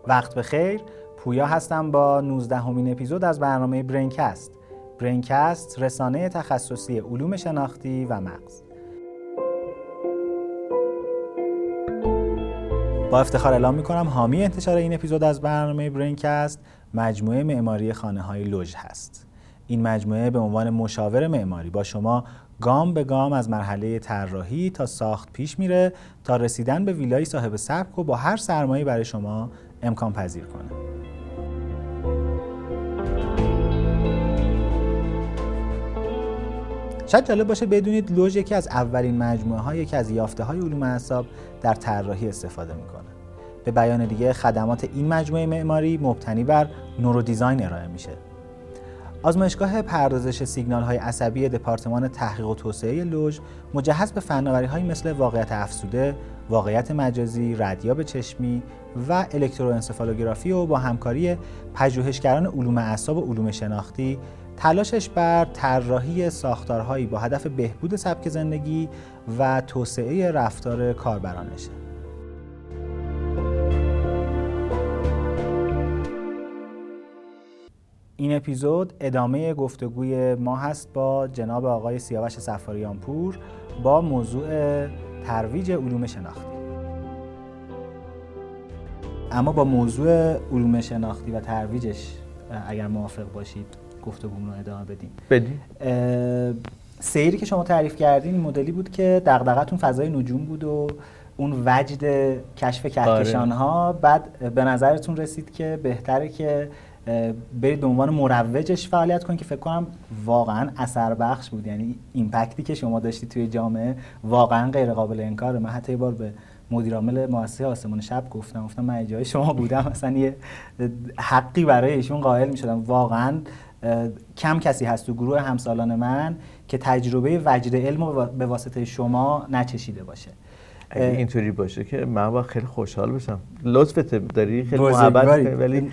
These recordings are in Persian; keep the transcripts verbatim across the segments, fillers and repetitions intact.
وقت بخیر، پویا هستم با نوزدهمین اپیزود از برنامه برینکست. برینکست رسانه تخصصی علوم شناختی و مغز. با افتخار اعلام می‌کنم حامی انتشار این اپیزود از برنامه برینکست مجموعه معماری خانه‌های لوژ هست. این مجموعه به عنوان مشاور معماری با شما گام به گام از مرحله طراحی تا ساخت پیش میره تا رسیدن به ویلای صاحب سبک و با هر سرمایه‌ای برای شما امکان پذیر کنه. شاید جالب باشه بدونید لوژ یکی از اولین مجموعه‌های یکی از یافته‌های علوم اعصاب در طراحی استفاده میکنه. به بیان دیگه خدمات این مجموعه معماری مبتنی بر نورو دیزاین ارائه میشه. آزمایشگاه پردازش سیگنال‌های عصبی دپارتمان تحقیق و توسعه لوژ مجهز به فناوری‌هایی مثل واقعیت افزوده، واقعیت مجازی، ردیاب چشمی و الکتروانسفالوگرافی و با همکاری پژوهشگران علوم اعصاب و علوم شناختی تلاشش بر طراحی ساختارهایی با هدف بهبود سبک زندگی و توسعه رفتار کاربرانشه. این اپیزود ادامه گفتگوی ما هست با جناب آقای سیاوش صفاریان پور با موضوع ترویج علوم شناختی. اما با موضوع علوم شناختی و ترویجش اگر موافق باشید گفتگومون رو ادامه بدیم. بدیم. سیری که شما تعریف کردین مدلی بود که دغدغتون فضای نجوم بود و اون وجد کشف کهکشان‌ها، بعد به نظرتون رسید که بهتره که برید به عنوان مروجش فعالیت کنید که فکر کنم واقعا اثر بخش بود. یعنی ایمپکتی که شما داشتی توی جامعه واقعا غیر قابل انکاره. من حتی یه بار به مدیر عامل مؤسسه آسمان شب گفتم گفتم من جای شما بودم مثلا یه حقی برای ایشون قائل می‌شدم. واقعا کم کسی هست تو گروه همسالان من که تجربه وجد علم رو به واسطه شما نچشیده باشه. اگه اینطوری باشه که من با خیلی خوشحال بشم. لطفت داری، خیلی محبت کنی. ولی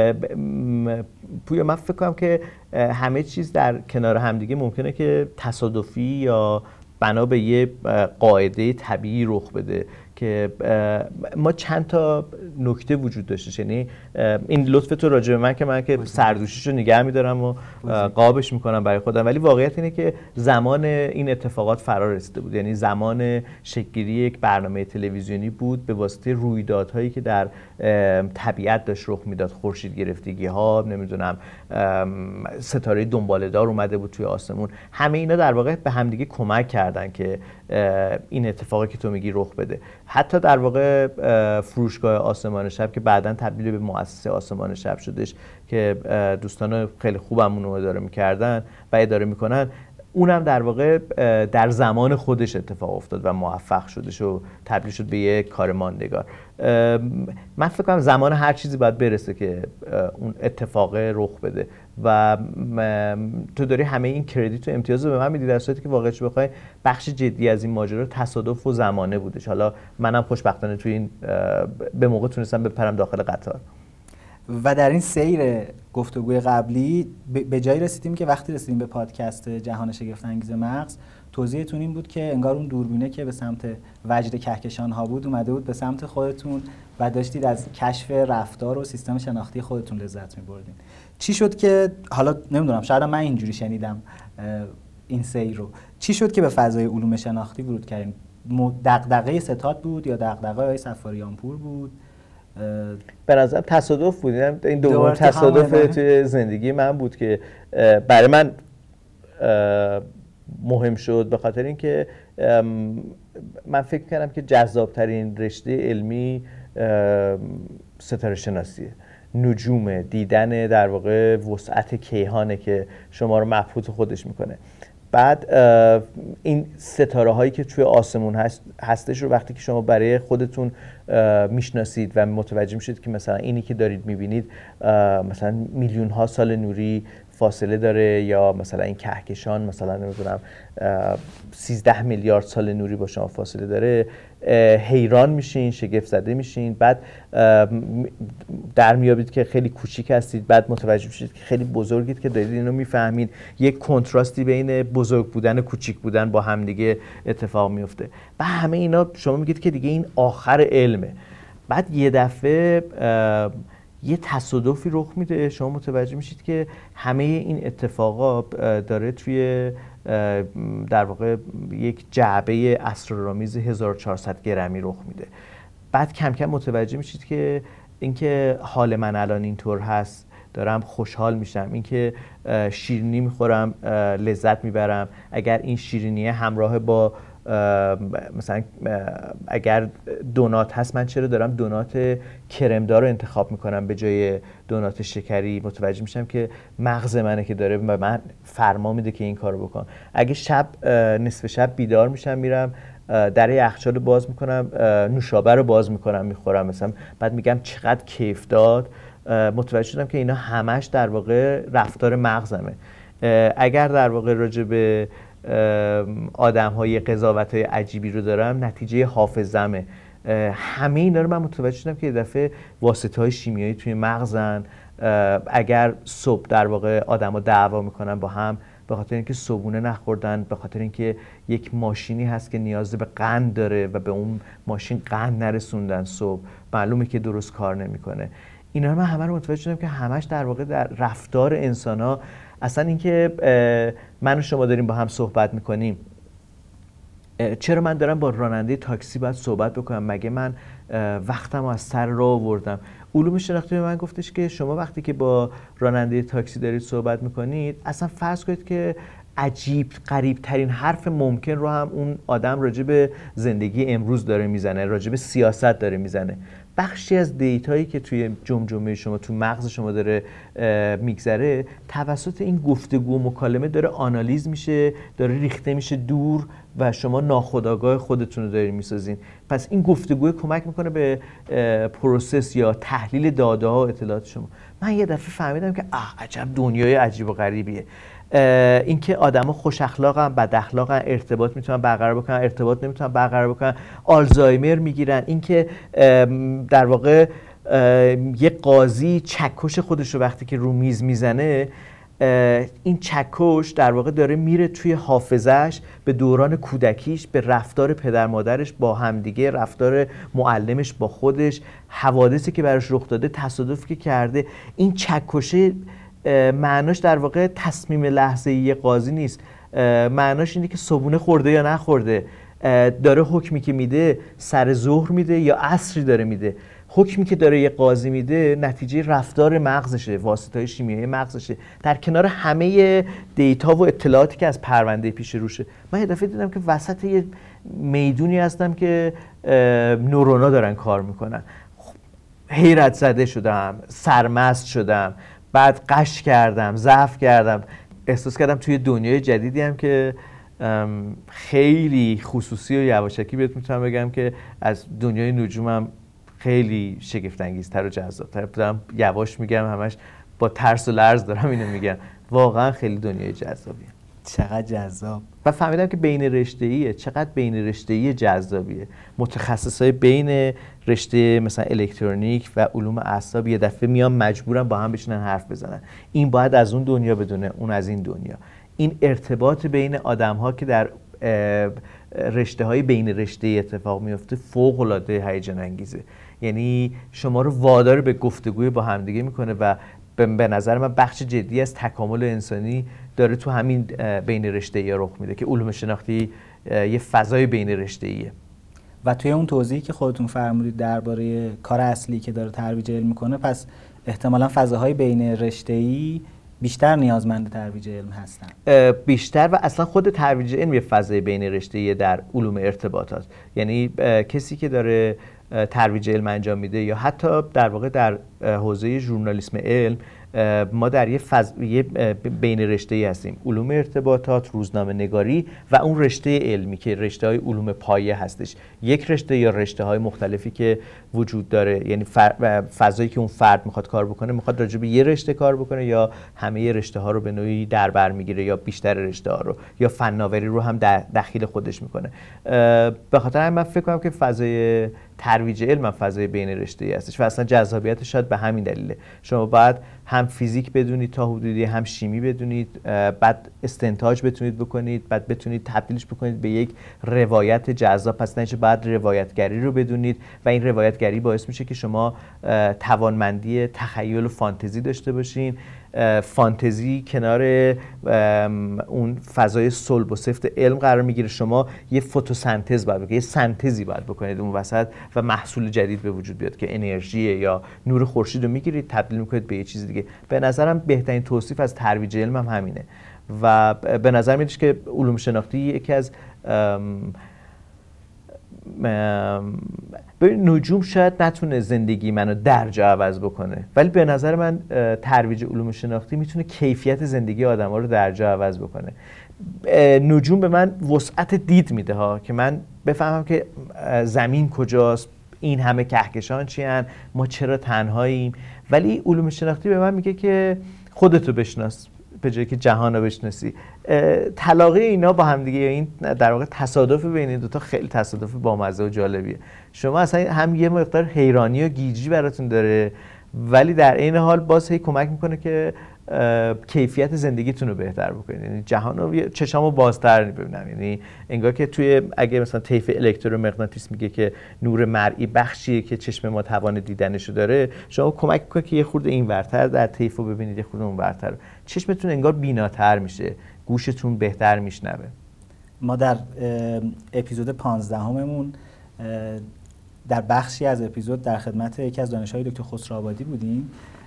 پویا من فکر کنم که همه چیز در کنار همدیگه ممکنه که تصادفی یا بنا به یه قاعده طبیعی رخ بده که ما چند تا نکته وجود داشته. یعنی این لطف تو راجع به من که من که سردوشیشو نگه می‌دارم و قابش میکنم برای خودم، ولی واقعیت اینه که زمان این اتفاقات فرا رسیده بود. یعنی زمان شکل‌گیری یک برنامه تلویزیونی بود به واسطه رویدادهایی که در طبیعت داشت رخ میداد. خورشید گرفتگی‌ها، نمیدونم ستاره دنباله‌دار اومده بود توی آسمون. همه اینا در واقع به همدیگه کمک کردن که این اتفاقی که تو میگی رخ بده. حتی در واقع فروشگاه آسمان شب که بعداً تبدیل به مؤسسه آسمان شب شدش که دوستان خیلی خوبمون رو اداره میکردن و اداره میکنن، اونم در واقع در زمان خودش اتفاق افتاد و موفق شدش و تبدیل شد به یک کار ماندگار. من فکر کنم زمان هر چیزی باید برسه که اون اتفاق رخ بده و تو داری همه این کردیت و امتیاز رو به من میدی، در صورتی که واقعاً بخوای بخش جدی از این ماجرا تصادف و زمانه بودش. حالا منم خوشبختانه توی این به موقع تونستم بپرم داخل قطار. و در این سیر گفتگوی قبلی به جایی رسیدیم که وقتی رسیدیم به پادکست جهان شگفت انگیز مغز، توضیحتون این بود که انگار اون دوربینه که به سمت وجد کهکشان ها بود اومده بود به سمت خودتون و داشتید از کشف رفتار و سیستم شناختی خودتون لذت می‌بردین. چی شد که حالا نمیدونم، شاید من اینجوری شنیدم این سیر رو، چی شد که به فضای علوم شناختی ورود کردین؟ دغدغه ستاد بود یا دغدغه آقای صفاریان پور بود؟ به نظر تصادف بود. این دوباره تصادف توی زندگی من بود که برای من مهم شد، به خاطر اینکه من فکر کردم که جذابترین رشته علمی ستاره شناسیه، نجومه، دیدن در واقع وسعت کیهانه که شما رو مبهوت خودش میکنه. بعد این ستاره هایی که توی آسمون هست هستش رو وقتی که شما برای خودتون میشناسید و متوجه میشید که مثلا اینی که دارید میبینید مثلا میلیون ها سال نوری فاصله داره، یا مثلا این کهکشان مثلا نمیدونم سیزده میلیارد سال نوری با شما فاصله داره، حیران میشین، شگفت زده میشین. بعد در میابید که خیلی کوچیک هستید، بعد متوجه میشید که خیلی بزرگید که دارید اینو میفهمید. یک کنتراستی بین بزرگ بودن و کوچیک بودن با هم دیگه اتفاق میفته و همه اینا شما میگید که دیگه این آخر علمه. بعد یه دفعه یه تصادفی رخ میده، شما متوجه میشید که همه این اتفاقا داره توی در واقع یک جعبه اسرارآمیز هزار و چهارصد گرمی رخ میده. بعد کم کم متوجه میشید که اینکه حال من الان اینطور هست، دارم خوشحال میشم، اینکه شیرینی میخورم لذت میبرم، اگر این شیرینیه همراه با مثلا اگر دونات هست من چرا دارم دونات کرمدار رو انتخاب میکنم به جای دونات شکری، متوجه میشم که مغز منه که داره به من فرما میده که این کارو بکنم. اگه شب نصف شب بیدار میشم میرم در یخچال باز میکنم، نوشابه رو باز میکنم میخورم مثلا، بعد میگم چقدر کیف داد، متوجه شدم که اینا همش در واقع رفتار مغزمه. اگر در واقع راجع به آدم های قضاوت های عجیبی رو دارم، نتیجه حافظمه. همه اینا رو من متوجه شدم که یه دفعه واسطه های شیمیایی توی مغزن. اگر صبح در واقع آدم ها دعوا میکنن با هم به خاطر اینکه صبحونه نخوردن، به خاطر اینکه یک ماشینی هست که نیاز به قند داره و به اون ماشین قند نرسوندن صبح، معلومه که درست کار نمیکنه. اینا رو من همه رو متوجه شدم که همش در واقع در رفتار انسان‌ها. اصلا اینکه من و شما داریم با هم صحبت میکنیم، چرا من دارم با راننده تاکسی باید صحبت بکنم؟ مگه من وقتم از سر راه آوردم؟ علوم شناختی به من گفتش که شما وقتی که با راننده تاکسی دارید صحبت میکنید، اصلا فرض کنید که عجیب غریب ترین حرف ممکن رو هم اون آدم راجع به زندگی امروز داره میزنه، راجع به سیاست داره میزنه. بخشی از دیتایی که توی جمجمه شما، تو مغز شما داره میگذره، توسط این گفتگو و مکالمه داره آنالیز میشه، داره ریخته میشه دور و شما ناخودآگاه خودتون رو دارین میسازین. پس این گفتگو کمک میکنه به پروسس یا تحلیل داده ها و اطلاعات شما. من یه دفعه فهمیدم که آه عجب دنیای عجیب و غریبیه. اینکه آدما خوش اخلاقن، بد اخلاقن، ارتباط میتونن برقرار بکنن، ارتباط نمیتونن برقرار بکنن، آلزایمر میگیرن. اینکه در واقع یه قاضی چکش خودش رو وقتی که رو میز میزنه، این چکش در واقع داره میره توی حافظش به دوران کودکیش، به رفتار پدر مادرش با همدیگه، رفتار معلمش با خودش، حوادثی که براش رخ داده، تصادفی که کرده. این چکشه معناش در واقع تصمیم لحظه‌ای قاضی نیست، معناش اینه که صبحونه خورده یا نخورده، داره حکمی که میده سر ظهر میده یا عصری داره میده. حکمی که داره یه قاضی میده نتیجه رفتار مغزشه، واسطه‌های شیمیایی مغزشه، در کنار همه دیتا و اطلاعاتی که از پرونده پیش روشه. من یه دفعه دیدم که وسط یه میدونی هستم که نورونا دارن کار میکنن. حیرت زده شدم، سرمست شدم، بعد قش کردم، ضعف کردم، احساس کردم توی دنیای جدیدی هم که خیلی خصوصی و یواشکی بهت میتونم بگم که از دنیای نجومم خیلی شگفت انگیزتر و جذاب‌تر. دارم یواش میگم، همش با ترس و لرز دارم اینو میگم. واقعا خیلی دنیای جذابیه. چقدر جذاب. و فهمیدم که بین رشته‌ایه، چقدر بین رشته‌ای جذابیه. متخصصای بین رشته مثلا الکترونیک و علوم اعصاب یه دفعه میان مجبورن با هم بشینن حرف بزنن. این باید از اون دنیا بدونه، اون از این دنیا. این ارتباط بین آدم‌ها که در رشته‌های بین رشته‌ای اتفاق میفته فوق‌العاده هیجان انگیزه. یعنی شما رو وادار به گفتگوی با همدیگه میکنه و به نظر من بخش جدی از تکامل انسانی داره تو همین بین رشته‌ای رخ میده که علوم شناختی یه فضای بین رشته‌ایه. و توی اون توضیحی که خودتون فرمودید درباره کار اصلی که داره ترویج علم میکنه، پس احتمالاً فضاهای بین رشته‌ای بیشتر نیازمند ترویج علم هستن. بیشتر، و اصلا خود ترویج علم یه فضای بین رشته‌ای در علوم ارتباطات. یعنی کسی که داره ترویج علم انجام میده یا حتی در واقع در حوزه ژورنالیسم علم، ما در یه, فض... یه بین رشته‌ای هستیم، علوم ارتباطات، روزنامه نگاری و اون رشته علمی که رشته های علوم پایه هستش. یک رشته یا رشته های مختلفی که وجود داره، یعنی فضایی که اون فرد میخواد کار بکنه، میخواد راجع به یه رشته کار بکنه یا همه رشته ها رو به نوعی در بر میگیره یا بیشتر رشته ها رو، یا فناوری رو هم داخل خودش میکنه. به خاطر همین من فکر کنم که فضای ترویج علم هم فضای بین رشته‌ای هستش و اصلا جذابیتش شاید به همین دلیله. شما باید هم فیزیک بدونید تا حدودی، هم شیمی بدونید، بعد استنتاج بتونید بکنید، بعد بتونید تبدیلش بکنید به یک روایت جذاب. پس نشه بعد روایتگری رو بدونید و این روایتگری باعث میشه که شما توانمندی تخیل و فانتزی داشته باشین. فانتزی کنار اون فضای صلب و سفت علم قرار میگیره. شما یه فتوسنتز باید بکنید، یه سنتزی باید بکنید اون وسط و محصول جدید به وجود بیاد که انرژی یا نور خورشید رو میگیرید تبدیل میکنید به یه چیز دیگه. به نظرم بهترین توصیف از ترویج علم هم همینه و به نظر میاد که علوم شناختی یکی از ببین نجوم شاید نتونه زندگی منو درجا عوض بکنه، ولی به نظر من ترویج علوم شناختی میتونه کیفیت زندگی آدم‌ها رو درجا عوض بکنه. نجوم به من وسعت دید میده ها که من بفهمم که زمین کجاست، این همه کهکشان چی هن، ما چرا تنهاییم. ولی علوم شناختی به من میگه که خودتو بشناس به جایی که جهان رو بشناسی. تلاقی اینا با هم دیگه، این در واقع تصادف بین این دوتا خیلی تصادف بامزه و جالبیه. شما اصلا هم یه مقدار حیرانی و گیجی براتون داره، ولی در این حال باز هی کمک میکنه که کیفیت زندگیتون رو بهتر بکنید. یعنی جهان رو چشامو بازتر ببینم. یعنی انگار که توی اگه مثلا طیف الکترومغناطیس میگه که نور مرئی بخشیه که چشم ما توان دیدنشو داره، شما کمک میکنه که یه خورده این ورتر در طیف رو ببینید، یه خورده اون ورتر. چشمتون انگار بیناتر میشه، گوشتون بهتر میشنوه. ما در اپیزود پانزدهممون در بخشی از اپیزود در خدمت یکی از دانشجوهای دکتر خسروآبادی بودیم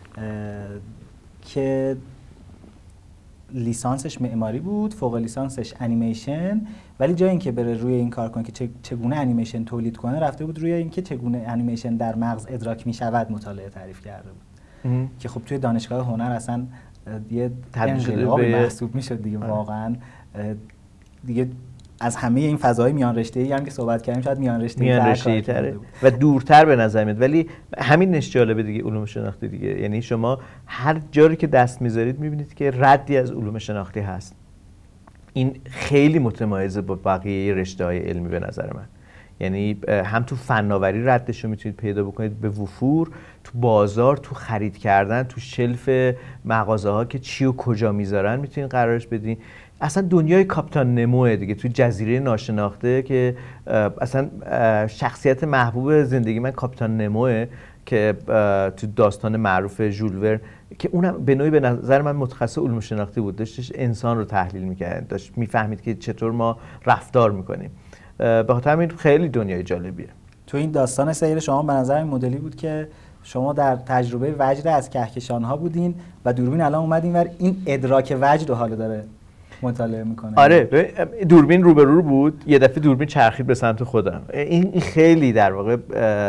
که لیسانسش معماری بود، فوق لیسانسش انیمیشن، ولی جای اینکه بره روی این کار کنه که چگونه انیمیشن تولید کنه، رفته بود روی اینکه چگونه انیمیشن در مغز ادراک می‌شود مطالعه تعریف کرده بود ام. که خب توی دانشگاه هنر اصلا یه انقلابی محسوب میشد دیگه. واقعا دیگه از همه این فضاهای میان رشته‌ای هم که صحبت کردیم شاید میان رشته‌ای تره و دورتر به نظر میاد، ولی همین نش جالبه دیگه علوم شناختی دیگه. یعنی شما هر جایی که دست میذارید میبینید که ردی از علوم شناختی هست. این خیلی متمایزه با بقیه رشته‌های علمی به نظر من. یعنی هم تو فناوری ردش رو میتونید پیدا بکنید به وفور، تو بازار، تو خرید کردن، تو شلف مغازه ها که چی و کجا میذارن میتونید قرارش بدین. اصلا دنیای کاپیتان نموه دیگه، تو جزیره ناشناخته که اصلا شخصیت محبوب زندگی من کاپیتان نموه که تو داستان معروف ژول ورن که اونم به نوعی به نظر من متخصص علوم شناختی بود، داشتش انسان رو تحلیل میکرد، داشت میفهمید که چطور ما رفتار میکنیم. به خاطر همین خیلی دنیای جالبیه. تو این داستان سیر شما به نظر این مدلی بود که شما در تجربه وجد از کهکشان‌ها بودین و دوربین الان اومدین ور این ادراک وجد رو حالا داره مطالعه میکنه. آره دوربین روبرو بود، یه دفعه دوربین چرخید به سمت خودم. این خیلی در واقع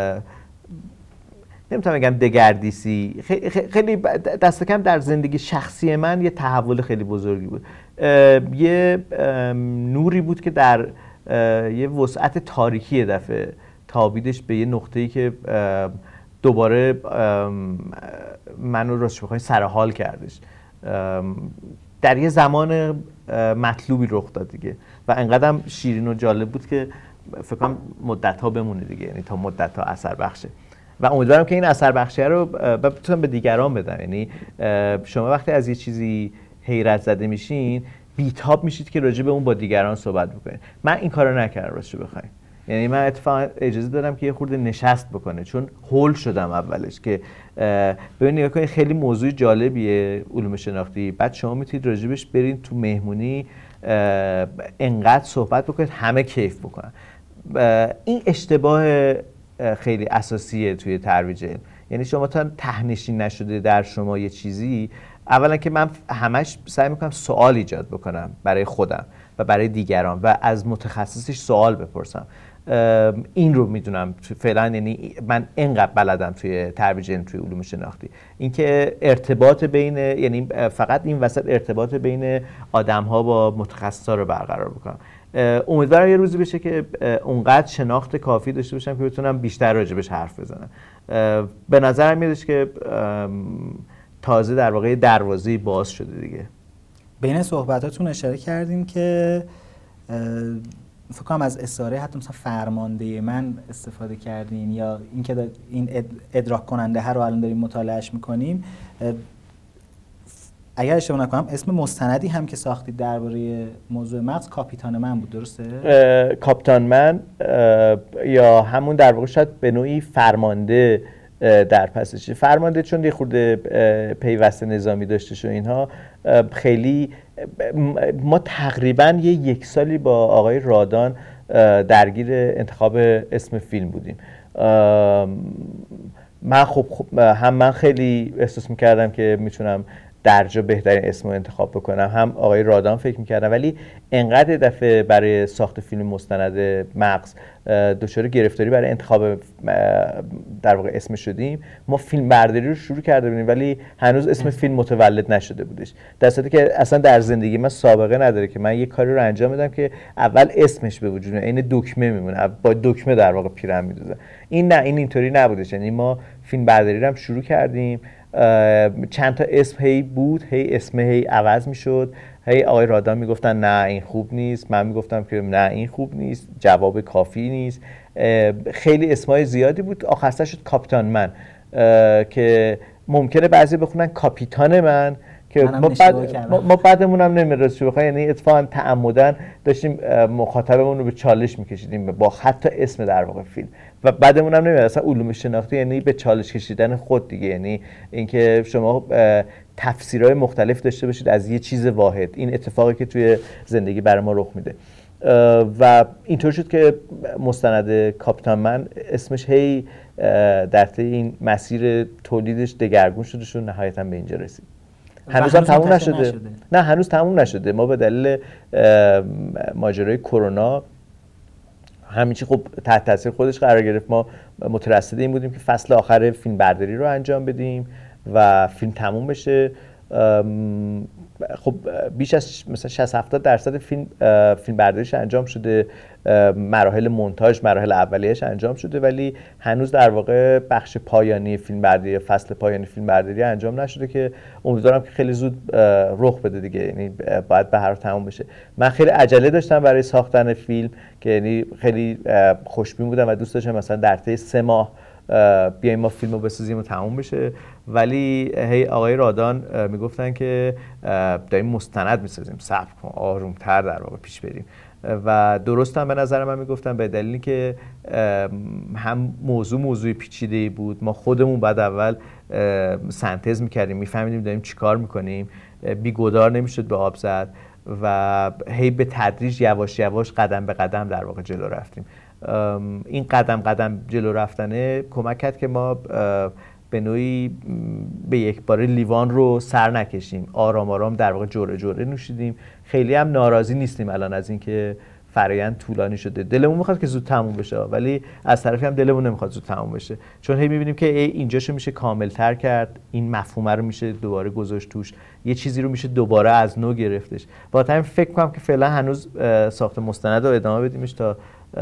نمیتونم بگم دگردیسی، خیلی دست کم در زندگی شخصی من یه تحول خیلی بزرگی بود. یه نوری بود که در یه وسعت تاریکی دفعه تابیدش به یه نقطه‌ای که دوباره منو راستش بخوای سر حال کردش. در یه زمان مطلوبی رخ داد دیگه و انقدرم شیرین و جالب بود که فکر کنم مدت‌ها بمونه دیگه، یعنی تا مدت‌ها اثر بخشه و امیدوارم که این اثر بخشیه رو بتونم به دیگران بدم. یعنی شما وقتی از یه چیزی حیرت زده میشین بیتاب میشید که راجع به اون با دیگران صحبت بکنید. من این کارو نکردم راستش بخواید، یعنی من اتفاقا اجازه دادم که یه خورده نشست بکنه، چون هول شدم اولش که ببینید نگاه کنید خیلی موضوع جالبیه علوم شناختی، بعد شما میتونید راجبش برید تو مهمونی انقدر صحبت بکنید همه کیف بکنن. این اشتباه خیلی اساسیه توی ترویج علم. یعنی شما تا ته‌نشین نشده در شما یه چیزی، اولا که من همش سعی میکنم سوال ایجاد بکنم برای خودم و برای دیگران و از متخصصش سوال بپرسم. این رو میدونم فعلا، یعنی من اینقدر بلدم توی ترویج علم توی علوم شناختی، اینکه ارتباط بین، یعنی فقط این وسط ارتباط بین آدم‌ها با متخصصا رو برقرار بکنم. امیدوارم یه روزی بشه که اونقدر شناخت کافی داشته باشم که بتونم بیشتر راجبش حرف بزنم. به نظرم میادش که تازه در واقع دروازه باز شده دیگه. بین صحبتاتون اشاره کردیم که فکر کنم از استعاره حتی مثلا فرمانده من استفاده کردین یا اینکه این ادراک کننده ها رو الان داریم مطالعهش میکنیم. اگر اشتباه نکنم اسم مستندی هم که ساختید درباره موضوع مغز کاپیتان من بود، درسته؟ کاپیتان من یا همون در واقع شاید به نوعی فرمانده در پسش. فرمانده چون یه خورده پیوست نظامی داشتش و اینها خیلی ما تقریبا یه یک سالی با آقای رادان درگیر انتخاب اسم فیلم بودیم. من خب, خب هم من خیلی احساس میکردم که میتونم درجا بهترین اسم رو انتخاب بکنم، هم آقای رادان فکر میکردم، ولی انقدر دفعه برای ساخت فیلم مستند مغز دچار گرفتاری برای انتخاب در واقع اسم شدیم. ما فیلم برداری رو شروع کرده بودیم ولی هنوز اسم فیلم متولد نشده بودش، در صورتی که اصلا در زندگی من سابقه نداره که من یه کاری رو انجام بدم که اول اسمش به وجود میاد، این دکمه میمونه، با دکمه در واقع پیرم میدوزه. این نه، این اینطوری نبودش. یعنی ما فیلم برداری رو هم شروع کردیم، چند تا اسم هی بود، هی اسم هی عوض میشد، هی آقای رادان میگفتن نه این خوب نیست، من میگفتم که نه این خوب نیست، جواب کافی نیست، خیلی اسمای زیادی بود. آخرش شد کاپیتان من که ممکنه بعضی بخونن کاپیتان من که ما بعد ما, ما بعدمون هم نمیرسه بخوام، یعنی اتفاقا تعمدن داشتیم مخاطبمون رو به چالش میکشیدیم با حتی اسم در واقع فیلم و بعدمون هم نمیاد اصلا علوم شناختی، یعنی به چالش کشیدن خود دیگه، یعنی اینکه شما تفسیرهای مختلف داشته باشید از یه چیز واحد. این اتفاقی که توی زندگی برای ما رخ میده و اینطور شد که مستند کاپیتان من اسمش هی در طی این مسیر تولیدش دگرگون شده و نهایتاً به اینجا رسید. هنوز هم تموم نشده. نشده نه هنوز تموم نشده. ما به دلیل ماجرای کرونا همین چی خب تحت تاثیر خودش قرار گرفت. ما مترصد این بودیم که فصل آخر فیلم برداری رو انجام بدیم و فیلم تموم بشه. خب بیش از مثلا شصت هفتاد درصد فیلم فیلم برداریش انجام شده، مراحل مونتاژ مراحل اولیه‌اش انجام شده، ولی هنوز در واقع بخش پایانی فیلم برداری، فصل پایانی فیلم برداری انجام نشده که امیدوارم که خیلی زود رخ بده دیگه، یعنی باید به هر حال تموم بشه. من خیلی عجله داشتم برای ساختن فیلم که یعنی خیلی خوشبین بودم و دوست داشتم مثلا در طی سه ماه بیایم ما فیلمو بسازیم و تموم بشه، ولی هی آقای رادان میگفتن که داریم مستند میسازیم، صبر کن آرومتر در واقع پیش بریم و درست هم به نظر من میگفتن به دلیلی که هم موضوع موضوع پیچیده‌ای بود، ما خودمون بعد اول سنتز میکردیم، میفهمیدیم داریم چیکار میکنیم، بیگدار نمیشد به آب زد و هی به تدریج یواش یواش قدم به قدم در واقع جلو رفتیم. این قدم قدم جلو رفتنه کمک کرد که ما به نوعی به یک بار لیوان رو سر نکشیم، آرام آرام در واقع جوره جوره نوشیدیم. خیلی هم ناراضی نیستیم الان از اینکه فرآیند طولانی شده. دلمون میخواد که زود تموم بشه ولی از طرفی هم دلمون نمیخواد زود تموم بشه، چون هی میبینیم که اینجاشو میشه کاملتر کرد، این مفهوم رو میشه دوباره گذاشت توش، یه چیزی رو میشه دوباره از نو گرفتش. با همین فکر کنم که فعلا هنوز ساخت مستند رو ادامه بدیمش تا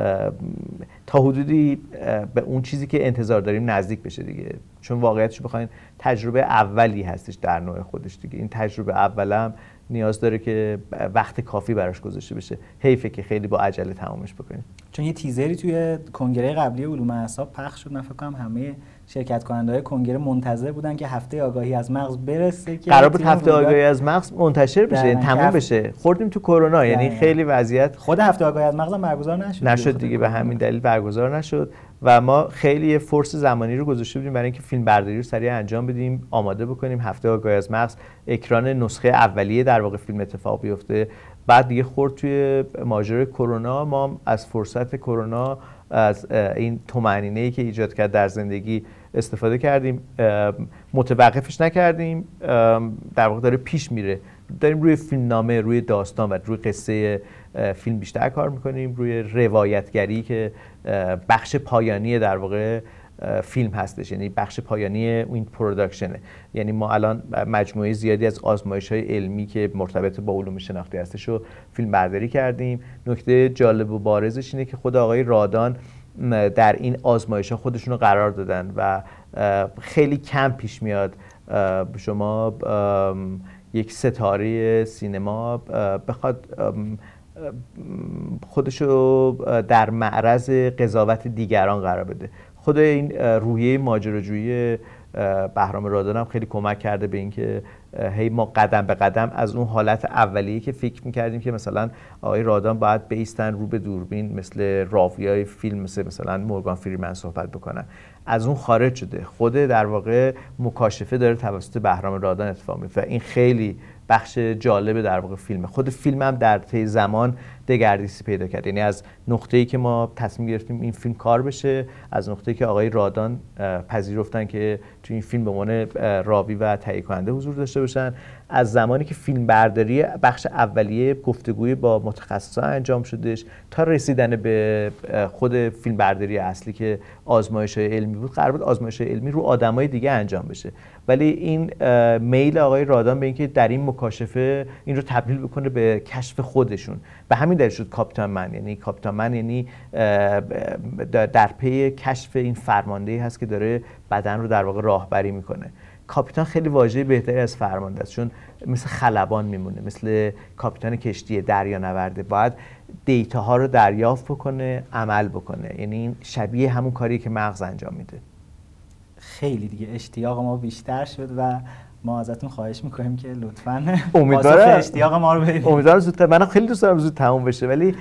تا حدودی به اون چیزی که انتظار داریم نزدیک بشه دیگه، چون واقعیتش بخواین تجربه اولی هستش در نوع خودش دیگه. این تجربه اولم نیاز داره که وقت کافی براش گذاشته بشه. حیفه که خیلی با عجله تمامش بکنیم. چون یه تیزری توی کنگره قبلی علوم اعصاب پخش شد، من فکر کنم همه شرکت کننده‌های کنگره منتظر بودن که هفته آگاهی از مغز برسه که قرار بود هفته آگاهی از مغز منتشر بشه، تموم بشه. خوردیم تو کرونا، یعنی خیلی وضعیت خود هفته آگاهی از مغز هم برگزار نشد نشد دیگه، به همین دلیل برگزار نشد و ما خیلی فرصت زمانی رو گذاشته بودیم برای اینکه فیلم برداری رو سریع انجام بدیم، آماده بکنیم هفته آگاهی از مغز اکران نسخه اولیه در واقع فیلم اتفاق بیفته. بعد دیگه خورد توی ماجرای کرونا، ما از فرصت کرونا، از این طمأنینه‌ای که ایجاد کرد در زندگی استفاده کردیم، متوقفش نکردیم، در واقع داره پیش میره. داریم روی فیلمنامه، روی داستان و روی قصه فیلم بیشتر کار میکنیم، روی روایتگری که بخش پایانی در واقع فیلم هستش، یعنی بخش پایانی این پروداکشنه. یعنی ما الان مجموعه زیادی از آزمایش‌های علمی که مرتبط با علوم شناختی هستش رو فیلم برداری کردیم. نکته جالب و بارزش اینه که خود آقای رادان در این آزمایش‌ها خودشون رو قرار دادن و خیلی کم پیش میاد شما یک ستاره سینما بخواد خودشو در معرض قضاوت دیگران قرار بده. خود این روحیه ماجراجویی بهرام رادان هم خیلی کمک کرده به اینکه هی ما قدم به قدم از اون حالت اولیه که فکر می‌کردیم که مثلا آقای رادان باید بایستن رو به دوربین مثل راویای فیلم مثل مثلا مورگان فریمن صحبت بکنن، از اون خارج شده. خود در واقع مکاشفه داره توسط بهرام رادان اتفاق میفته و این خیلی بخش جالب در واقع فیلمه. خود فیلم هم در طی زمان دگردیسی پیدا کرد، یعنی از نقطه‌ای که ما تصمیم گرفتیم این فیلم کار بشه، از نقطه‌ای که آقای رادان پذیرفتن که تو این فیلم به عنوان راوی و تهیه کننده حضور داشته باشن، از زمانی که فیلم برداری بخش اولیه گفتگوی با متخصصا انجام شدش تا رسیدن به خود فیلم برداری اصلی که آزمایش‌های علمی بود، قرار بود آزمایش‌های علمی رو آدمای دیگه انجام بشه، ولی این میل آقای رادان به اینکه در این مکاشفه این رو تبدیل بکنه به کشف خودشون، به همین دلیل شد کاپیتان من. یعنی کاپیتان من یعنی در پی کشف این فرماندهی هست که داره بدن رو در واقع راهبری میکنه. کاپیتان خیلی واژه بهتری از فرمانده است، چون مثل خلبان میمونه، مثل کاپیتان کشتی دریانورده، باید دیتاها رو دریافت بکنه، عمل بکنه. یعنی این شبیه همون کاری که مغز انجام میده. خیلی دیگه اشتیاق ما بیشتر شد و ما ازتون خواهش میکنیم که لطفاً امیدوارم اشتیاق ما رو بدید. امیدوارم زودتر، منم خیلی دوست دارم زود تموم بشه، ولی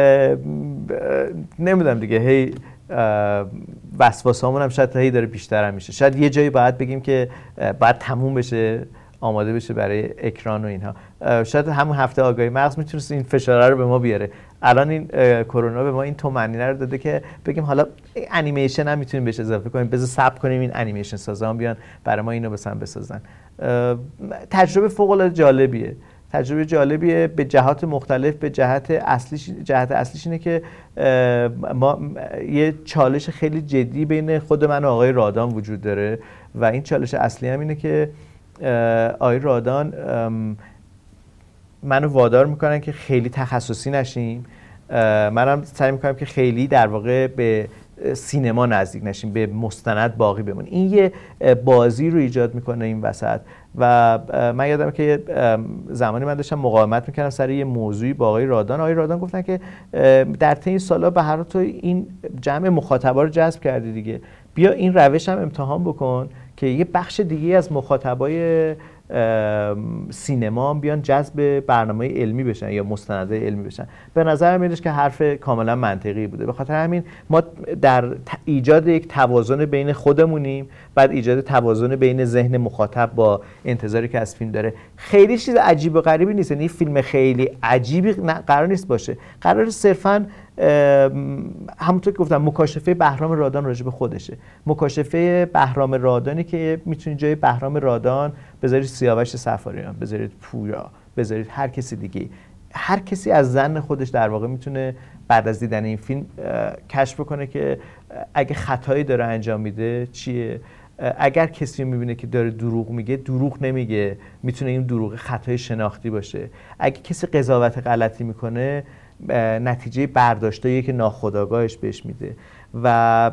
نمیدونم دیگه، هی وسواسامون هم شاید هی داره بیشتر هم میشه. شاید یه جایی باید بگیم که باید تموم بشه، آماده بشه برای اکران و اینها. شاید همون هفته آگاهی مغز میتونست این فشاره رو به ما بیاره. الان این کرونا به ما این طمأنینه رو داده که بگیم حالا انیمیشن هم میتونیم بهش اضافه کنیم، بذار صبر کنیم این انیمیشن سازان بیان برای ما اینو بسن بسازن. تجربه فوق العاده جالبیه. تجربه جالبیه به جهات مختلف. به جهت اصلیش جهت اصلیش اینه که ما یه چالش خیلی جدی بین خود من و آقای رادان وجود داره و این چالش اصلی هم اینه که آقای رادان منو وادار میکنن که خیلی تخصصی نشیم، منم سعی میکنم که خیلی در واقع به سینما نزدیک نشیم، به مستند باقی بمونیم. این یه بازی رو ایجاد میکنه این وسط و من یادم که زمانی من داشتم مقاومت میکردم سر یه موضوعی با آقای رادان. آقای رادان گفتن که در طی این سالا به هر حال تو این جمع مخاطبا رو جذب کردی دیگه، بیا این روش هم امتحان بکن که یه بخش دیگه از مخاطبای سینما بیان جذب برنامه علمی بشن یا مستندهای علمی بشن. به نظر میاد که حرف کاملا منطقی بوده. به خاطر همین ما در ایجاد یک توازن بین خودمونیم، بعد ایجاد توازن بین ذهن مخاطب با انتظاری که از فیلم داره. خیلی چیز عجیب و غریبی نیست، یعنی فیلم خیلی عجیبی قرار نیست باشه، قرار صرفاً همونطور که گفتم مکاشفه بهرام رادان راجع به خودشه. مکاشفه بهرام رادانی که میتونید جای بهرام رادان بذارید سیاوش صفاریان، بذارید پویا، بذارید هر کسی دیگه، هر کسی از ظن خودش در واقع میتونه بعد از دیدن این فیلم کشف بکنه که اگه خطایی داره انجام میده چیه. اگر کسی میبینه که داره دروغ میگه، دروغ نمیگه، میتونه این دروغ خطای شناختی باشه. اگه کسی قضاوت غلطی میکنه، نتیجه برداشتایی که ناخودآگاهش بهش میده. و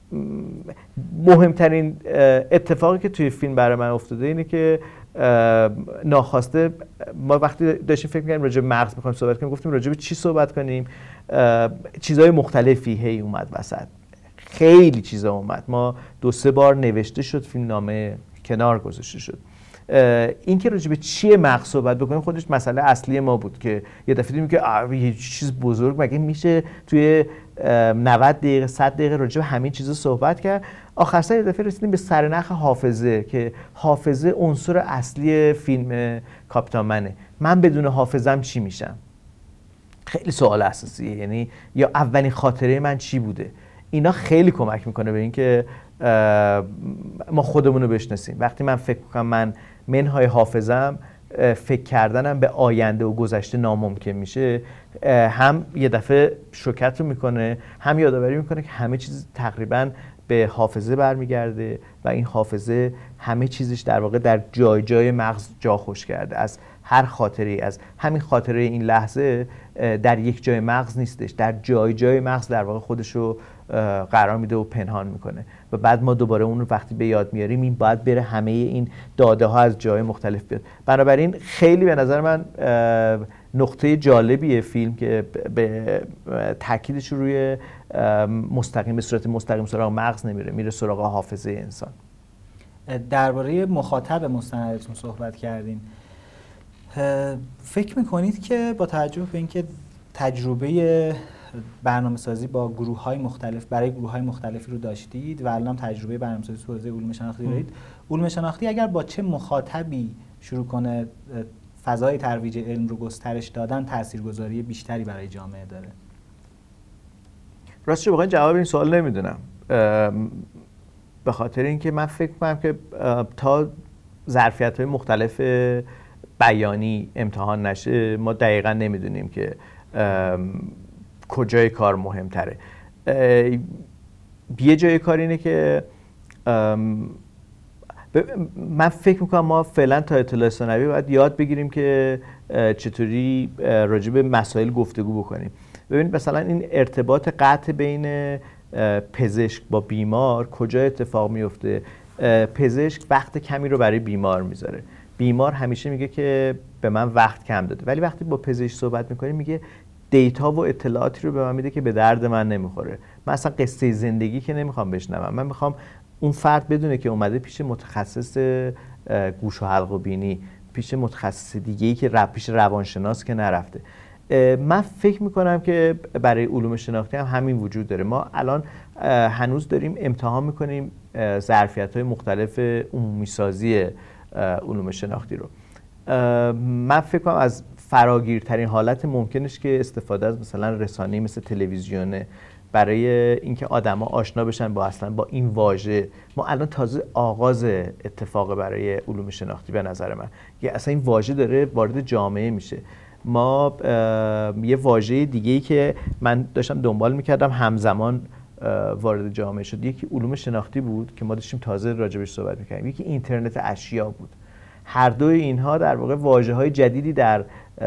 مهمترین اتفاقی که توی فیلم برای من افتاده اینه که ناخواسته ما وقتی داشتیم فکر می‌کردیم راجع به مغز می‌خوایم صحبت کنیم، گفتیم راجع به چی صحبت کنیم، چیزهای مختلفی هی اومد وسط، خیلی چیزا اومد. ما دو سه بار نوشته شد فیلم نامه، کنار گذاشته شد. این که راجع به چیه مغز صحبت بکنیم خودش مسئله اصلی ما بود که یه دفعه دیدیم که یه چیز بزرگ مگه میشه توی نود دقیقه صد دقیقه راجع به همین چیزا صحبت کرد. آخر سر یه دفعه رسیدیم به سرنخ حافظه که حافظه عنصر اصلی فیلم کاپیتان منه. من بدون حافظم چی میشم؟ خیلی سوال اساسیه. یعنی یا اولین خاطره من چی بوده؟ اینا خیلی کمک میکنه به اینکه ما خودمون رو بشناسیم. وقتی من فکر کنم من منهای حافظم، فکر کردنم به آینده و گذشته ناممکن میشه، هم یه دفعه شوکت رو میکنه، هم یادآوری میکنه که همه چیز تقریبا به حافظه برمیگرده و این حافظه همه چیزش در واقع در جای جای مغز جا خوش کرده. از هر خاطره، از همین خاطره این لحظه در یک جای مغز نیستش، در جای جای مغز در واقع خودش رو قرار میده و پنهان میکنه و بعد ما دوباره اون رو وقتی به یاد میاریم این باید بره همه این داده ها از جای مختلف بیاد. بنابراین خیلی به نظر من نقطه جالبیه فیلم که به تاکیدش روی مستقیم به صورت مستقیم سراغ مغز نمیره، میره سراغ حافظه انسان. درباره مخاطب مستندتون صحبت کردین. فکر میکنید که با توجه به اینکه تجربه برنامه‌سازی با گروه‌های مختلف برای گروه‌های مختلفی رو داشتید و الان تجربه برنامه‌سازی تو حوزه علوم شناختی دارید، علوم شناختی اگر با چه مخاطبی شروع کنه فضای ترویج علم رو گسترش دادن تاثیرگذاری بیشتری برای جامعه داره؟ راستش واقعا جواب این سوال نمیدونم، به خاطر اینکه من فکر می‌کنم که تا ظرفیت‌های مختلف بیانی امتحان نشه ما دقیقاً نمیدونیم که کجای کار مهمتره. یه جای کار اینه که من فکر میکنم ما فعلا تا اطلاع ثانوی باید یاد بگیریم که چطوری راجع به مسائل گفتگو بکنیم. ببینید مثلا این ارتباط قطع بین پزشک با بیمار کجا اتفاق میفته؟ پزشک وقت کمی رو برای بیمار میذاره، بیمار همیشه میگه که به من وقت کم داده، ولی وقتی با پزشک صحبت میکنیم میگه دیتا و اطلاعاتی رو به من میده که به درد من نمیخوره. من اصلا قصه زندگی که نمیخوام بشنوم، من میخوام اون فرد بدونه که اومده پیش متخصص گوش و حلق و بینی، پیش متخصص دیگه‌ای که رب پیش روانشناس که نرفته. من فکر میکنم که برای علوم شناختی هم همین وجود داره. ما الان هنوز داریم امتحان میکنیم ظرفیت‌های مختلف عمومی سازی علوم شناختی رو. من فکر کنم از فراگیرترین حالت ممکنش که استفاده از مثلا رسانه‌ای مثل تلویزیون برای اینکه آدما آشنا بشن با اصلا با این واژه. ما الان تازه آغاز اتفاق برای علوم شناختی به نظر من، که اصلا این واژه داره وارد جامعه میشه. ما یه واژه دیگه‌ای که من داشتم دنبال میکردم همزمان وارد جامعه شد، یکی علوم شناختی بود که ما داشتیم تازه راجبش صحبت میکردیم، یکی اینترنت اشیا بود. هر دوی اینها در واقع واژه‌های جدیدی در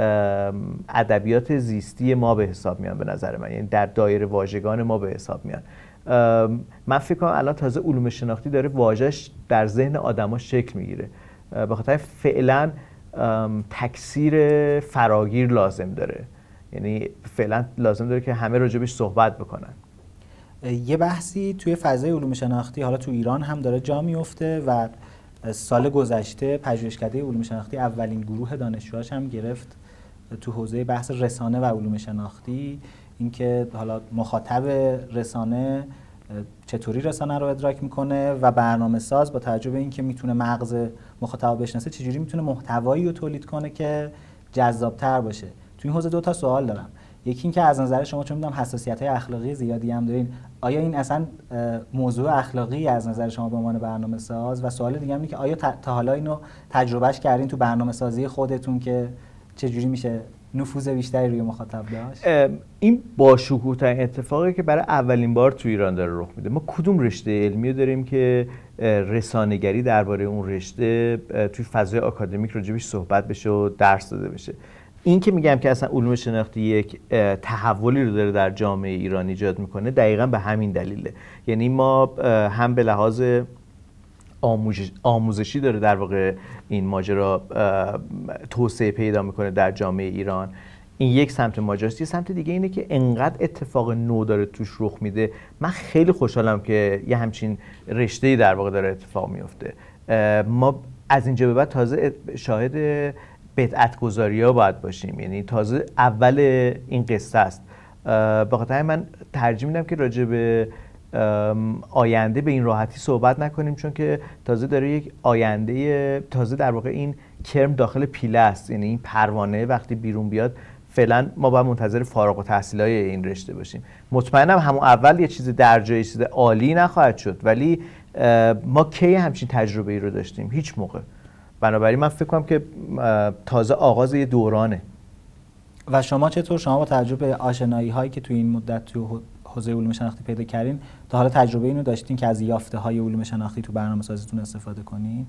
ادبیات زیستی ما به حساب میان به نظر من، یعنی در دایره واژگان ما به حساب میان. من فکر کنم الان تازه علوم شناختی داره واژه‌اش در ذهن آدما شکل میگیره، به خاطر فعلا تکثیر فراگیر لازم داره، یعنی فعلا لازم داره که همه راجبش صحبت بکنن. یه بحثی توی فضای علوم شناختی حالا تو ایران هم داره جا میفته و سال گذشته پژوهشکده علوم شناختی اولین گروه دانشجوهاش هم گرفت تو حوزه بحث رسانه و علوم شناختی، اینکه حالا مخاطب رسانه چطوری رسانه رو ادراک میکنه و برنامه ساز با توجه به اینکه میتونه مغز مخاطب بشناسه چجوری میتونه محتوایی رو تولید کنه که جذابتر باشه. تو این حوزه دو تا سوال دارم. یکی این که از نظر شما، چون میدونم حساسیت‌های اخلاقی زیادی هم دارین، آیا این اصلا موضوع اخلاقی از نظر شما به عنوان برنامه ساز؟ و سوال دیگه هم اینه که آیا تا حالا اینو تجربهش کردین تو برنامه سازی خودتون که چجوری میشه نفوذ بیشتری روی مخاطب داشت؟ این با شکوه‌ترین اتفاقی که برای اولین بار تو ایران داره رخ میده. ما کدوم رشته علمی داریم که رسانه‌گری درباره اون رشته توی فضای آکادمیک راجبش صحبت بشه و درس داده بشه؟ این که میگم که اصلا علوم شناختی یک تحولی رو داره در جامعه ایران ایجاد میکنه دقیقاً به همین دلیله. یعنی ما هم به لحاظ آموزش، آموزشی داره در واقع این ماجرا توسعه پیدا میکنه در جامعه ایران، این یک سمت ماجراست. یه سمت دیگه اینه که انقدر اتفاق نو داره توش رخ میده. من خیلی خوشحالم که یه همچین رشته‌ای در واقع داره اتفاق میفته. ما از اینجا به بعد تازه شاهد بدعت‌گذاری‌ها باید باشیم، یعنی تازه اول این قصه است. به خاطر من ترجیح میدم که راجع به آینده به این راحتی صحبت نکنیم، چون که تازه داره یک آینده، تازه در واقع این کرم داخل پیله است، یعنی این پروانه وقتی بیرون بیاد فعلا ما باید منتظر فارغ التحصیلای این رشته باشیم. مطمئنم همون اول یه چیز در جای چیز عالی نخواهد شد، ولی ما کی همچین تجربه ای رو داشتیم؟ هیچ موقع. بنابراین من فکر کنم که تازه آغاز یه دورانه. و شما چطور، شما با تجربه آشنایی هایی که توی این مدت تو حوزه علوم شناختی پیدا کردین، تا حالا تجربه اینو داشتین که از یافته های علوم شناختی تو برنامه سازیتون استفاده کنین؟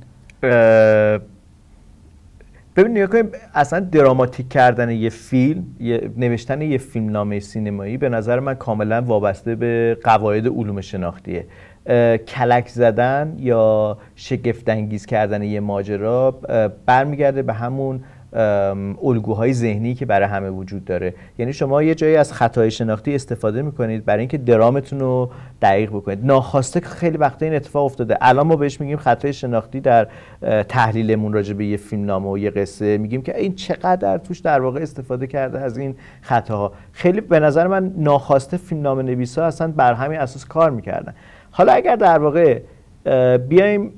ببین نگاه کنیم، اصلا دراماتیک کردن یه فیلم، یه نوشتن یه فیلمنامه سینمایی به نظر من کاملا وابسته به قواعد علوم شناختیه. کلک زدن یا شگفت انگیز کردن یه ماجرا برمیگرده به همون الگوهای ذهنی که برای همه وجود داره. یعنی شما یه جایی از خطای شناختی استفاده میکنید برای اینکه درامتون رو دقیق بکنید. ناخواسته خیلی وقتا این اتفاق افتاده. الان ما بهش میگیم خطای شناختی در تحلیلمون راجع به یه فیلمنامه و یه قصه، میگیم که این چقدر توش در واقع استفاده کرده از این خطاها. خیلی به نظر من ناخواسته فیلمنامه نویسا اصلا بر همین اساس کار میکردن. حالا اگر در واقع بیایم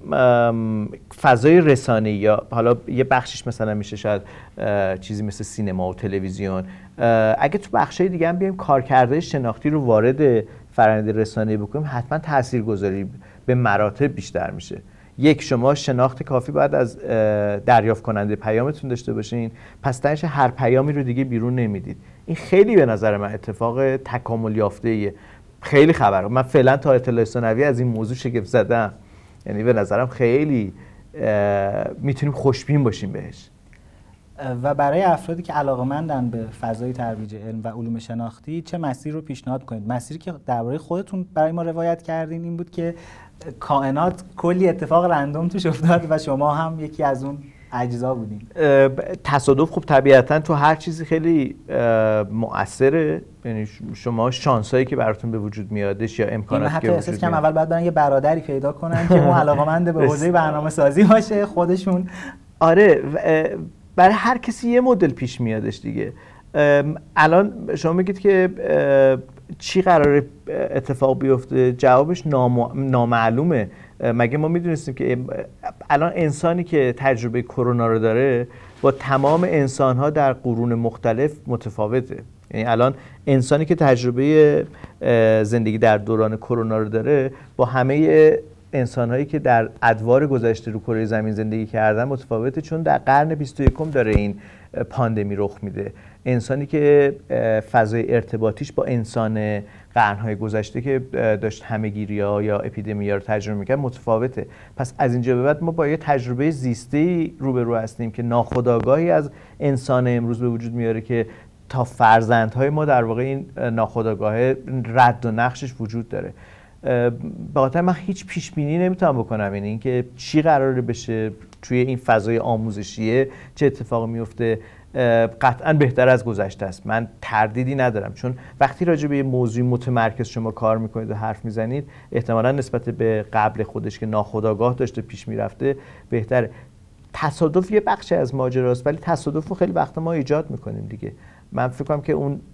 فضای رسانه‌ای یا حالا یه بخشش مثلا میشه شاید چیزی مثل سینما و تلویزیون، اگه تو بخشای دیگه هم بیایم کارکردهای شناختی رو وارد فرآیند رسانه‌ای بکنیم، حتما تاثیرگذاری به مراتب بیشتر میشه. یک، شما شناخت کافی باید از دریافت کننده پیامتون داشته باشین، پس تنش هر پیامی رو دیگه بیرون نمیدید. این خیلی به نظر من اتفاق تکامل یافته‌ایه. خیلی خبره. من فعلا تا اطلاع ثانوی از این موضوع شگفت زدم. یعنی به نظرم خیلی میتونیم خوشبین باشیم بهش. و برای افرادی که علاقه‌مندن به فضای ترویج علم و علوم شناختی چه مسیر رو پیشنهاد کنید؟ مسیری که درباره خودتون برای ما روایت کردین این بود که کائنات کلی اتفاق رندوم توش افتاد و شما هم یکی از اون اجزا بودین. تصادف خب طبیعتاً تو هر چیزی خیلی مؤثره. یعنی شما شانسایی که براتون به وجود میادش یا امکاناتی که وجود میاد، اول باید برن یه برادری پیدا کنن که اون علاقه‌مند به حوزه برنامه‌سازی باشه خودشون. آره، برای هر کسی یه مدل پیش میادش دیگه. الان شما میگید که چی قراره اتفاق بیفته؟ جوابش نام... نامعلومه. مگه ما میدونستیم که الان انسانی که تجربه کرونا رو داره با تمام انسان‌ها در قرون مختلف متفاوته؟ یعنی الان انسانی که تجربه زندگی در دوران کرونا رو داره با همه انسان‌هایی که در ادوار گذشته رو کره زمین زندگی کردن متفاوته، چون در قرن بیست و یکم داره این پاندمی رخ میده. انسانی که فضای ارتباطیش با انسان قرن‌های گذشته که داشت همه‌گیری‌ها یا اپیدمی‌ها رو تجربه می‌کرد متفاوته. پس از اینجا به بعد ما با یه تجربه زیسته‌ای روبرو هستیم که ناخودآگاهی از انسان امروز به وجود میاره که تا فرزندهای ما در واقع این ناخودآگاه رد و نقشش وجود داره. به خاطر من هیچ پیش بینی نمیتونم بکنم، یعنی اینکه چی قراره بشه توی این فضای آموزشیه، چه اتفاقی میفته. قطعا بهتر از گذشته است، من تردیدی ندارم، چون وقتی راجع به یه موضوع متمرکز شما کار میکنید و حرف میزنید احتمالاً نسبت به قبل خودش که ناخودآگاه داشته پیش میرفته بهتره. تصادف یه بخشی از ماجراست، ولی تصادف رو خیلی وقتا ما ایجاد میکنیم دیگه. من فکر کنم که اون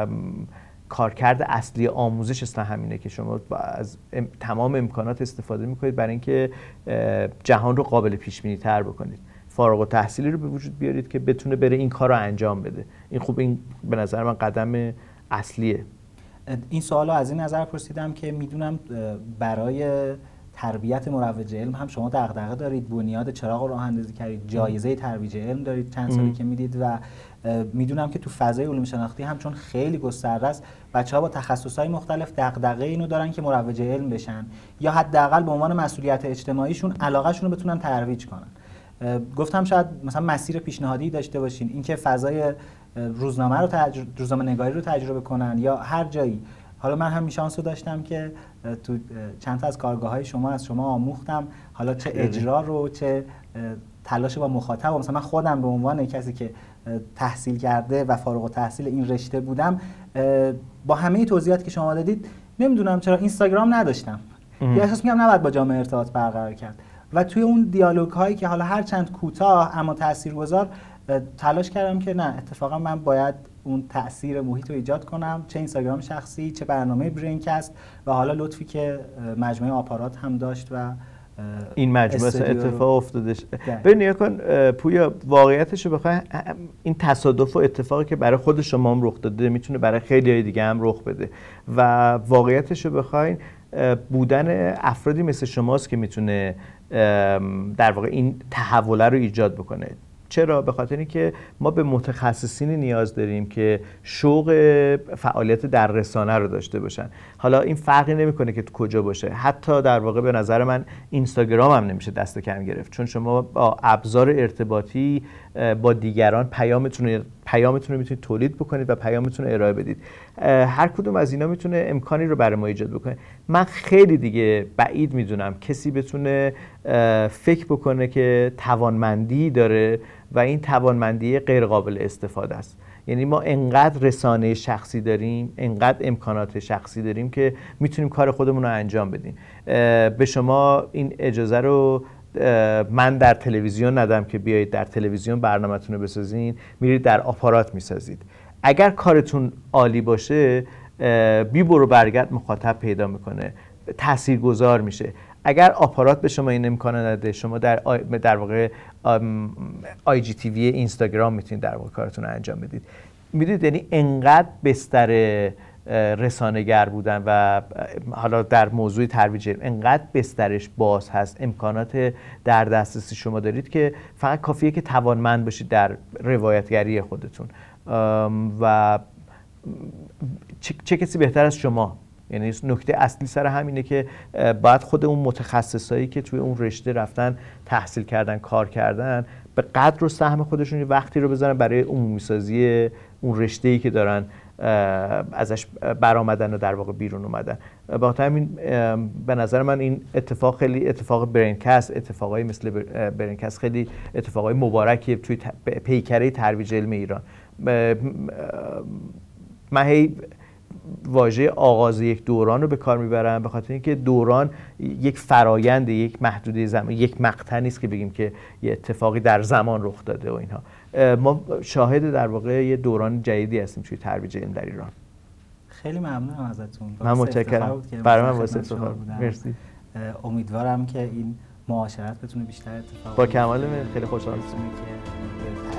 کارکرد اصلی آموزش اصلا همینه که شما از ام، تمام امکانات استفاده میکنید برای اینکه جهان رو قابل پیش بینی تر بکنید. فارغ التحصیلی رو به وجود بیارید که بتونه بره این کار رو انجام بده. این خوب، این به نظر من قدم اصلیه. این سوال رو از این نظر پرسیدم که میدونم برای تربیت مروج علم هم شما دغدغه دارید، بنیاد چراغ رو راه اندازی کردید، جایزه ترویج علم دارید چند سالی که میدید و میدونم که تو فضای علوم شناختی هم چون خیلی گسترده است بچه‌ها با تخصص‌های مختلف دغدغه اینو دارن که مروج علم بشن یا حداقل به عنوان مسئولیت اجتماعیشون علاقه‌شون رو بتونن ترویج کنن. گفتم شاید مثلا مسیر پیشنهادی داشته باشین، اینکه فضای روزنامه رو تجر... روزنامه نگاری رو تجربه کنن یا هر جایی. حالا من هم شانس رو داشتم که تو چند تا از کارگاه‌های شما از شما آموختم، حالا چه اجرا رو چه تلاش با مخاطب. مثلا من خودم به عنوان کسی که تحصیل کرده و فارغ التحصیل این رشته بودم، با همه توضیحاتی که شما دادید نمیدونم چرا اینستاگرام نداشتم یا احساس می‌کردم نباید با جامعه ارتباط برقرار کرد و توی اون دیالوگ هایی که حالا هر چند کوتاه اما تاثیرگذار تلاش کردم که نه، اتفاقا من باید اون تأثیر محیط رو ایجاد کنم، چه اینستاگرام شخصی چه برنامه برینکست و حالا لطفی که مجموعه آپارات هم داشت و این مجموعه اتفاق افتادش. ببین نگاه کن پویا، واقعیتش رو بخوای این تصادف و اتفاقی که برای خود شما هم رخ داده میتونه برای خیلی دیگه هم رخ بده و واقعیتش رو بخواین بودن افرادی مثل شماست که میتونه در واقع این تحوله رو ایجاد بکنه. چرا؟ به خاطر اینکه ما به متخصصینی نیاز داریم که شوق فعالیت در رسانه رو داشته باشن. حالا این فرقی نمیکنه که تو کجا باشه، حتی در واقع به نظر من اینستاگرام هم نمیشه دست کم گرفت، چون شما با ابزار ارتباطی با دیگران پیامتون پیامتون رو میتونید تولید بکنید و پیامتون رو ارائه بدید. هر کدوم از اینا میتونه امکانی رو برای ما ایجاد بکنه. من خیلی دیگه بعید میدونم کسی بتونه فکر بکنه که توانمندی داره و این توانمندی غیر قابل استفاده است. یعنی ما انقدر رسانه شخصی داریم، انقدر امکانات شخصی داریم که میتونیم کار خودمون رو انجام بدیم. به شما این اجازه رو من در تلویزیون ندم که بیایید در تلویزیون برنامه‌تون رو بسازین، میرید در آپارات میسازید. اگر کارتون عالی باشه، بی برو برگرد مخاطب پیدا میکنه، تاثیرگذار میشه. اگر آپارات به شما این امکان نده، شما در در واقع آی جی تی وی اینستاگرام میتونید در واقع کارتون رو انجام بدید. میدونید یعنی انقدر بستر رسانه‌گر بودن و حالا در موضوع ترویج علم انقدر بسترش باز هست، امکانات در دسترسی شما دارید که فقط کافیه که توانمند باشید در روایتگری خودتون. و چه, چه کسی بهتر از شما؟ یعنی نکته اصلی سر همینه که باید خود اون متخصصایی که توی اون رشته رفتن تحصیل کردن، کار کردن، به قدر و سهم خودشون وقتی رو بذارن برای عمومی سازی اون رشته‌ای که دارن ازش برآمدن و در واقع بیرون اومدن. با همین به نظر من این اتفاق خیلی اتفاق برینکست، اتفاقای مثل برینکست خیلی اتفاقای مبارکیه توی پیکره ترویج علم ایران. من هی واژه آغاز یک دوران رو به کار میبرم به خاطر اینکه دوران یک فرایند، یک محدوده زمان، یک مقطع نیست که بگیم که یه اتفاقی در زمان رخ داده و اینها. ما شاهد در واقع یه دوران جدیدی هستیم توی ترویج علم در ایران. خیلی ممنونم ازتون. من متشکرم. برای من واسه افتخار. مرسی. امیدوارم که این معاشرت بتونه بیشتر اتفاق با کمال من خیلی خوشحال هستم که